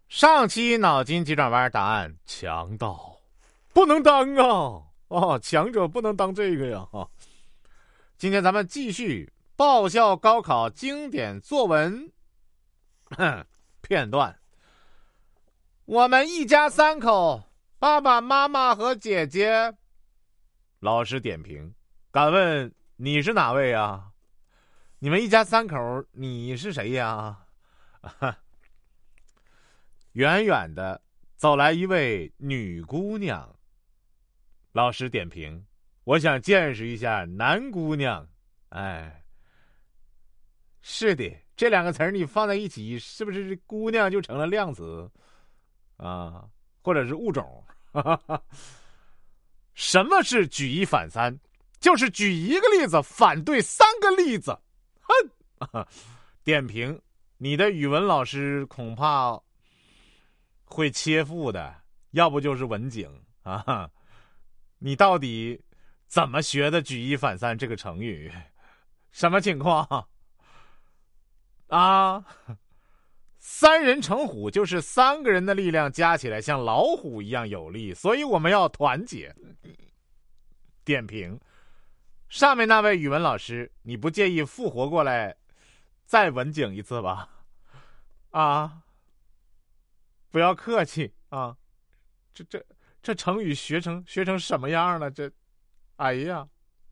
上期脑筋急转弯答案：强盗不能当啊！强者不能当这个呀！今天咱们继续爆笑高考经典作文片段。我们一家三口，爸爸妈妈和姐姐。老师点评：敢问你是哪位啊？你们一家三口，你是谁呀？远远的走来一位女姑娘。老师点评：我想见识一下男姑娘。是的，这两个词儿你放在一起，是不是姑娘就成了量词啊？或者是物种？什么是举一反三？就是举一个例子反对三个例子。哼！点评：你的语文老师恐怕会切腹的，要不就是文警啊！你到底怎么学的举一反三这个成语？什么情况啊？三人成虎就是三个人的力量加起来像老虎一样有力，所以我们要团结。点评：上面那位语文老师，你不介意复活过来再文警一次吧？啊，不要客气啊！这成语学成什么样了？这，哎呀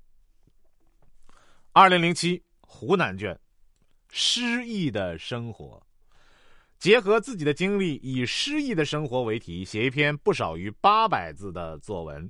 ！2007湖南卷，诗意的生活，结合自己的经历，以诗意的生活为题，写一篇不少于800字的作文。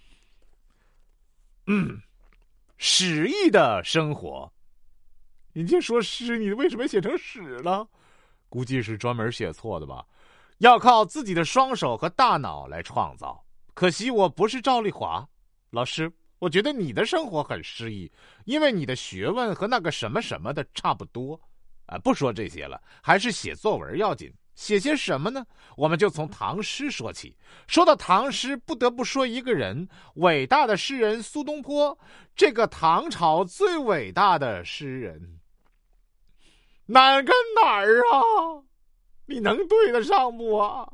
诗意的生活，人家说诗，你为什么写成史了？估计是专门写错的吧。要靠自己的双手和大脑来创造。可惜我不是赵丽华。老师，我觉得你的生活很诗意，因为你的学问和那个什么什么的差不多。不说这些了，还是写作文要紧。写些什么呢？我们就从唐诗说起。说到唐诗，不得不说一个人，伟大的诗人苏东坡，这个唐朝最伟大的诗人。哪跟哪儿啊？你能对得上不啊？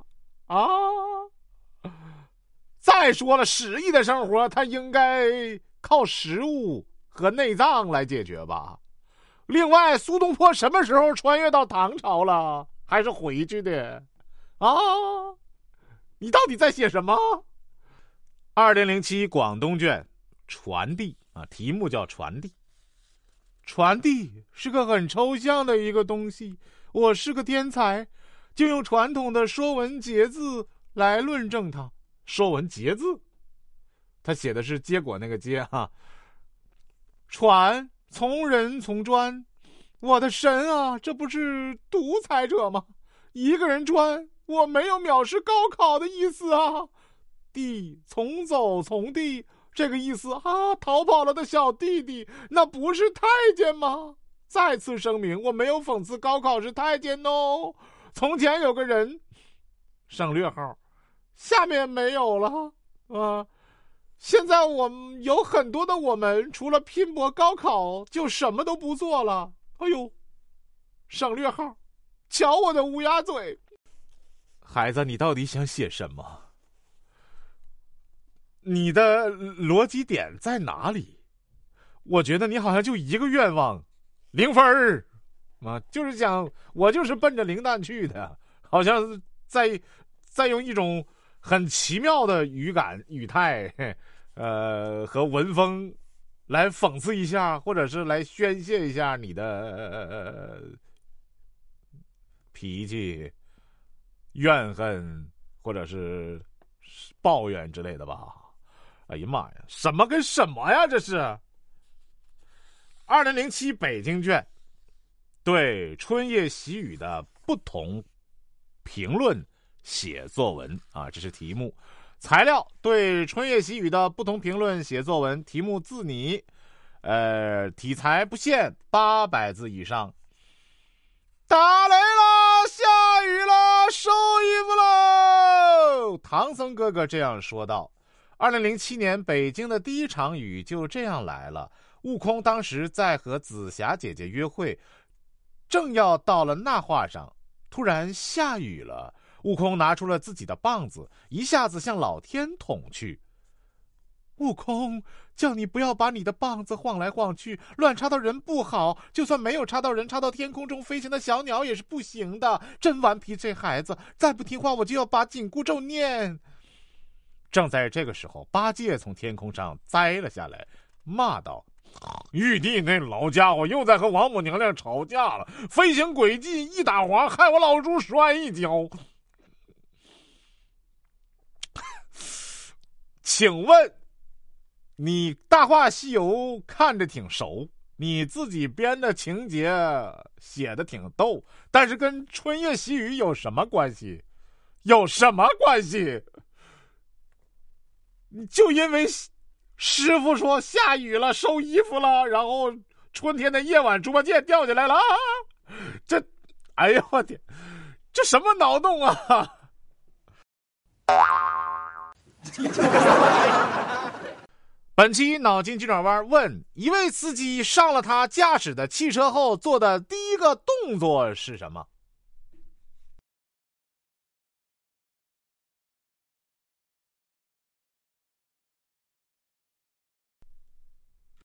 再说了，诗意的生活它应该靠食物和内脏来解决吧。另外，苏东坡什么时候穿越到唐朝了？还是回去的啊？你到底在写什么？2007广东卷，传递啊，题目叫传递。传递是个很抽象的一个东西，我是个天才，就用传统的说文解字来论证它。说文解字，他写的是结果那个结哈。传，从人从专，我的神啊，这不是独裁者吗？一个人专，我没有藐视高考的意思啊。弟，从走从弟，这个意思啊，逃跑了的小弟弟，那不是太监吗？再次声明，我没有讽刺高考是太监哦。从前有个人，省略号，下面没有了啊。现在我们有很多的我们，除了拼搏高考，就什么都不做了。哎呦，省略号，瞧我的乌鸦嘴。孩子，你到底想写什么？你的逻辑点在哪里？我觉得你好像就一个愿望，0分儿啊，就是想我就是奔着零蛋去的，好像在用一种很奇妙的语态，和文风来讽刺一下，或者是来宣泄一下你的脾气、怨恨或者是抱怨之类的吧。哎呀妈呀，什么跟什么呀？这是2007北京卷，对春夜喜雨的不同评论写作文啊，这是题目。材料，对春夜喜雨的不同评论写作文，题目自拟，题材不限800字以上。打雷了，下雨了，收衣服喽！唐僧哥哥这样说道。2007年北京的第一场雨就这样来了。悟空当时在和紫霞姐姐约会，正要到了那话上，突然下雨了。 悟空拿出了自己的棒子，一下子向老天捅去。悟空，叫你不要把你的棒子晃来晃去，乱插到人不好，就算没有插到人，插到天空中飞行的小鸟也是不行的。真顽皮，这孩子，再不听话我就要把紧箍咒念。正在这个时候，八戒从天空上栽了下来，骂道：玉帝那老家伙又在和王母娘娘吵架了，飞行轨迹一打滑，害我老猪摔一跤。请问你《大话西游》看着挺熟，你自己编的情节写的挺逗，但是跟春夜喜雨有什么关系？有什么关系？就因为师傅说下雨了，收衣服了，然后春天的夜晚猪八戒掉下来了，这，哎呀我天，这什么脑洞啊！本期脑筋急转弯问：一位司机上了他驾驶的汽车后做的第一个动作是什么？